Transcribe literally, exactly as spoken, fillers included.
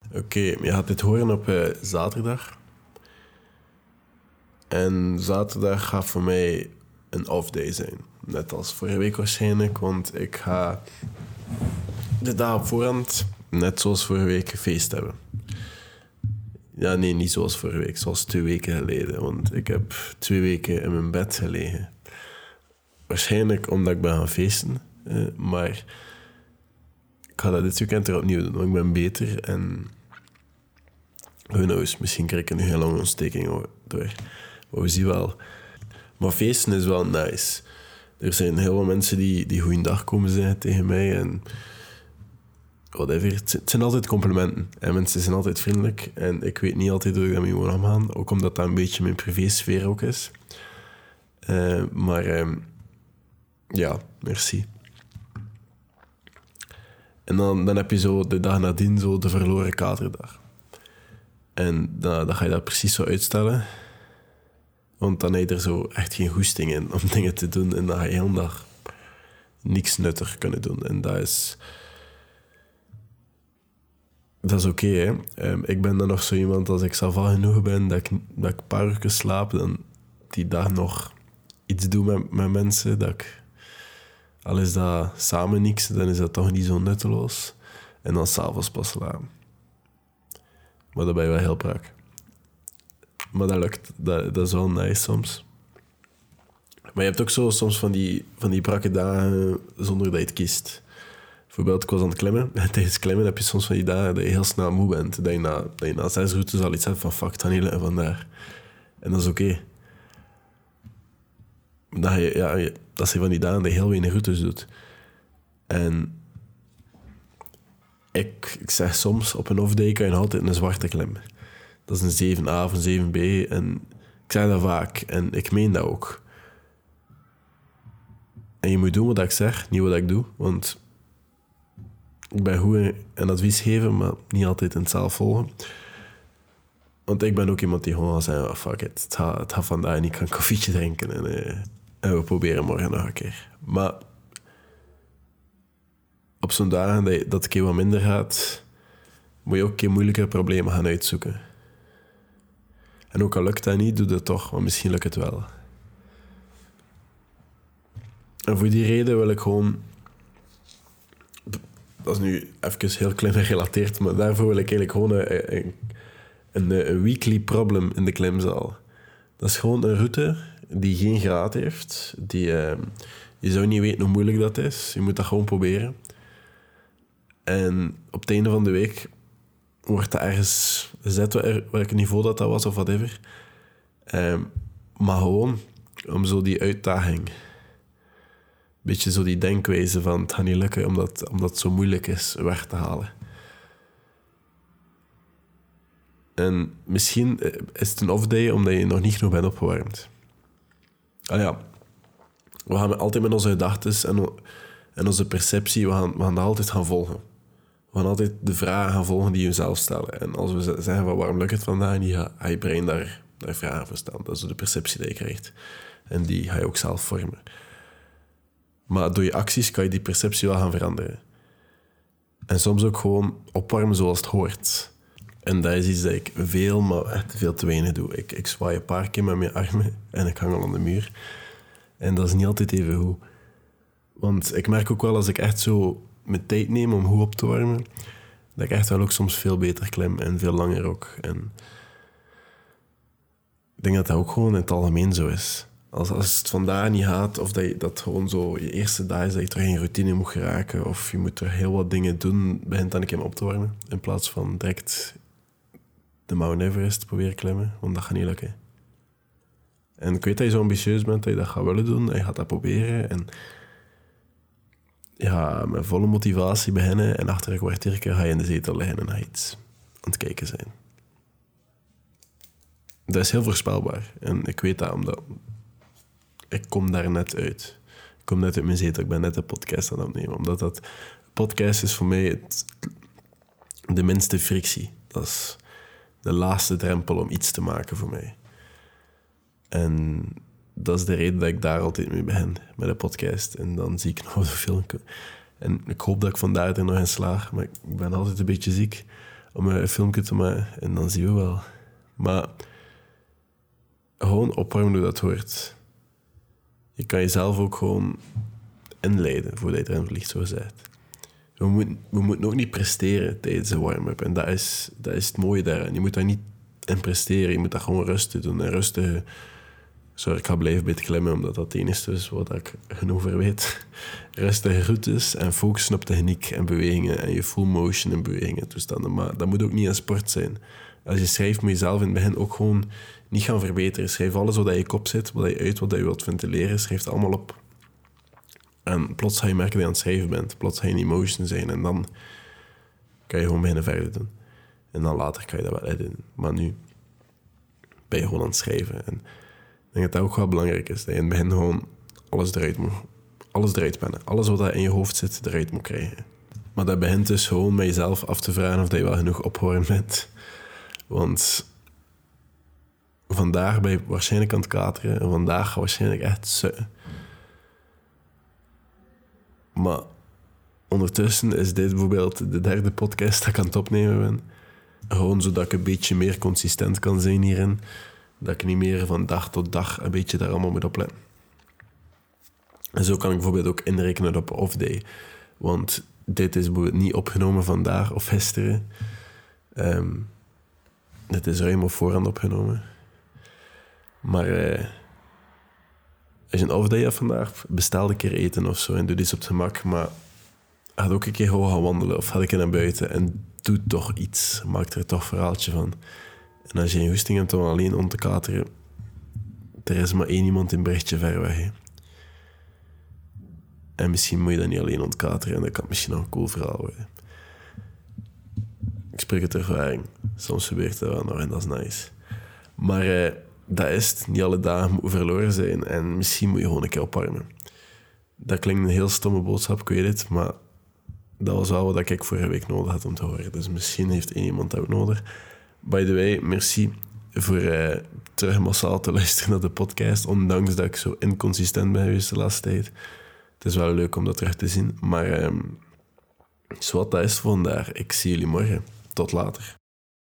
Oké, okay, je gaat dit horen op uh, zaterdag. En zaterdag gaat voor mij een off-day zijn. Net als vorige week waarschijnlijk, want ik ga de dag op voorhand, net zoals vorige week, feest hebben. Ja, nee, niet zoals vorige week, zoals twee weken geleden. Want ik heb twee weken in mijn bed gelegen. Waarschijnlijk omdat ik ben gaan feesten. Uh, maar ik ga dat dit weekend er opnieuw doen, want ik ben beter. En who knows, misschien krijg ik een heel lange ontsteking door. Maar we zien wel. Maar feesten is wel nice. Er zijn heel veel mensen die, die goeiedag komen zeggen tegen mij. En whatever. Het zijn altijd complimenten. En mensen zijn altijd vriendelijk. En ik weet niet altijd hoe ik daarmee moet omgaan. Ook omdat dat een beetje mijn privésfeer ook is. Uh, maar uh, ja, merci. En dan, dan heb je zo de dag nadien zo de verloren katerdag. En dan, dan ga je dat precies zo uitstellen. Want dan heb je er zo echt geen goesting in om dingen te doen. En dan ga je heel dag niks nuttig kunnen doen. En dat is... Dat is oké, okay, hè. Um, ik ben dan nog zo iemand, als ik sava genoeg ben, dat ik, dat ik een paar uur slaap, dan die dag nog iets doe met, met mensen, dat ik... Al is dat samen niks, dan is dat toch niet zo nutteloos. En dan s'avonds pas slapen. Maar dan ben je wel heel brak. Maar dat lukt. Dat, dat is wel nice soms. Maar je hebt ook zo soms van die, van die brakke dagen zonder dat je het kiest. Bijvoorbeeld, ik was aan het klimmen. En tijdens klimmen heb je soms van die dagen dat je heel snel moe bent. Dat je na, dat je na zes routes al iets hebt van fuck, het gaat niet lukken vandaag. En dat is oké. Okay. Dat, je, ja, dat zijn van die dagen dat je heel weinig routes doet. En ik, ik zeg soms, op een off-day kan je altijd een zwarte klimmen. Dat is een zeven A of een zeven B. En ik zeg dat vaak. En ik meen dat ook. En je moet doen wat ik zeg, niet wat ik doe. Want ik ben goed in een advies geven, maar niet altijd in het zelf volgen. Want ik ben ook iemand die gewoon gaat zeggen, oh, fuck it, het gaat, het gaat vandaag niet, ik kan een koffietje drinken. En, uh, en we proberen morgen nog een keer. Maar op zo'n dagen dat, je, dat het een keer wat minder gaat, moet je ook een keer moeilijke problemen gaan uitzoeken. En ook al lukt dat niet, doe dat toch, want misschien lukt het wel. En voor die reden wil ik gewoon... Dat is nu even heel klein gerelateerd, maar daarvoor wil ik eigenlijk gewoon een, een, een, een weekly problem in de klimzaal. Dat is gewoon een route die geen graad heeft. Die, uh, je zou niet weten hoe moeilijk dat is. Je moet dat gewoon proberen. En op het einde van de week wordt dat ergens gezet welk niveau dat, dat was of whatever. Um, maar gewoon om zo die uitdaging... Beetje zo die denkwijze van het gaat niet lukken omdat, omdat het zo moeilijk is weg te halen. En misschien is het een off-day omdat je nog niet genoeg bent opgewarmd. Ah ja, we gaan altijd met onze gedachten en, en onze perceptie, we gaan, we gaan dat altijd gaan volgen. We gaan altijd de vragen gaan volgen die je zelf stellen. En als we zeggen van waarom lukt het vandaag niet, ga je brein daar, daar vragen voor stellen. Dat is de perceptie die je krijgt. En die ga je ook zelf vormen. Maar door je acties kan je die perceptie wel gaan veranderen. En soms ook gewoon opwarmen zoals het hoort. En dat is iets dat ik veel, maar echt veel te weinig doe. Ik, ik zwaai een paar keer met mijn armen en ik hang al aan de muur. En dat is niet altijd even goed. Want ik merk ook wel als ik echt zo mijn tijd neem om goed op te warmen, dat ik echt wel ook soms veel beter klim en veel langer ook. En ik denk dat dat ook gewoon in het algemeen zo is. Als, als het vandaag niet gaat, of dat je dat gewoon zo je eerste dag is dat je terug in routine moet geraken, of je moet er heel wat dingen doen, begint dan een keer op te warmen, in plaats van direct de Mount Everest proberen klimmen, want dat gaat niet lukken. En ik weet dat je zo ambitieus bent, dat je dat gaat willen doen, en je gaat dat proberen, en ja, met volle motivatie beginnen, en achter een kwartiertje ga je in de zetel liggen en ga je iets aan het kijken zijn. Dat is heel voorspelbaar, en ik weet dat omdat... Ik kom daar net uit. Ik kom net uit mijn zetel. Ik ben net een podcast aan het opnemen. Omdat dat... Podcast is voor mij het, de minste frictie. Dat is de laatste drempel om iets te maken voor mij. En dat is de reden dat ik daar altijd mee begin. Met een podcast. En dan zie ik nog de film. En ik hoop dat ik vandaag er nog in slaag. Maar ik ben altijd een beetje ziek. om een filmpje te maken. En dan zien we wel. Maar gewoon opwarmen hoe dat hoort. Je kan jezelf ook gewoon inleiden voordat je erin vliegt, zo gezegd. We moeten, we moeten ook niet presteren tijdens de warm-up. En dat is, dat is het mooie daaraan. Je moet daar niet in presteren. Je moet dat gewoon rustig doen. En rustig... Sorry, ik ga blijven bij het klimmen, omdat dat het enige is wat ik genoeg over weet. Rustige routes en focussen op techniek en bewegingen. En je full motion en bewegingen toestanden. Maar dat moet ook niet een sport zijn. Als je schrijft, moet je zelf in het begin ook gewoon niet gaan verbeteren. Schrijf alles wat in je kop zit, wat je uit, wat je wilt ventileren. Schrijf het allemaal op. En plots ga je merken dat je aan het schrijven bent. Plots ga je in emotion zijn. En dan kan je gewoon beginnen verder doen. En dan later kan je dat wel editen. Maar nu ben je gewoon aan het schrijven. En ik denk dat dat ook wel belangrijk is. Dat je in het begin gewoon alles eruit moet... Alles eruit pennen. Alles wat in je hoofd zit, eruit moet krijgen. Maar dat begint dus gewoon met jezelf af te vragen of dat je wel genoeg opgewarmd bent. Want vandaag ben je waarschijnlijk aan het kateren. En vandaag ga je waarschijnlijk echt zutten. Maar ondertussen is dit bijvoorbeeld de derde podcast dat ik aan het opnemen ben. Gewoon zodat ik een beetje meer consistent kan zijn hierin. Dat ik niet meer van dag tot dag een beetje daar allemaal moet opletten. En zo kan ik bijvoorbeeld ook inrekenen op off-day. Want dit is bijvoorbeeld niet opgenomen vandaag of gisteren. Um, dit is ruim op voorhand opgenomen. Maar uh, als je een off-day hebt vandaag, bestel een keer eten of zo en doe iets op het gemak. Maar ga ook een keer gewoon gaan wandelen of ga een keer naar buiten en doe toch iets. Maak er toch een verhaaltje van. En als je een hoesting hebt om alleen om te kateren, er is maar één iemand in berichtje ver weg. Hè. En misschien moet je dat niet alleen ontkateren en dat kan misschien nog een cool verhaal worden. Ik spreek het ervaring. Soms gebeurt dat wel nog en dat is nice. Maar uh, dat is het. Niet alle dagen moeten verloren zijn en misschien moet je gewoon een keer opwarmen. Dat klinkt een heel stomme boodschap, ik weet het, maar dat was wel wat ik vorige week nodig had om te horen. Dus misschien heeft één iemand dat ook nodig. By the way, merci voor uh, terug massaal te luisteren naar de podcast, ondanks dat ik zo inconsistent ben geweest de laatste tijd. Het is wel leuk om dat terug te zien, maar um, zwart, dat is het vandaag. Ik zie jullie morgen. Tot later.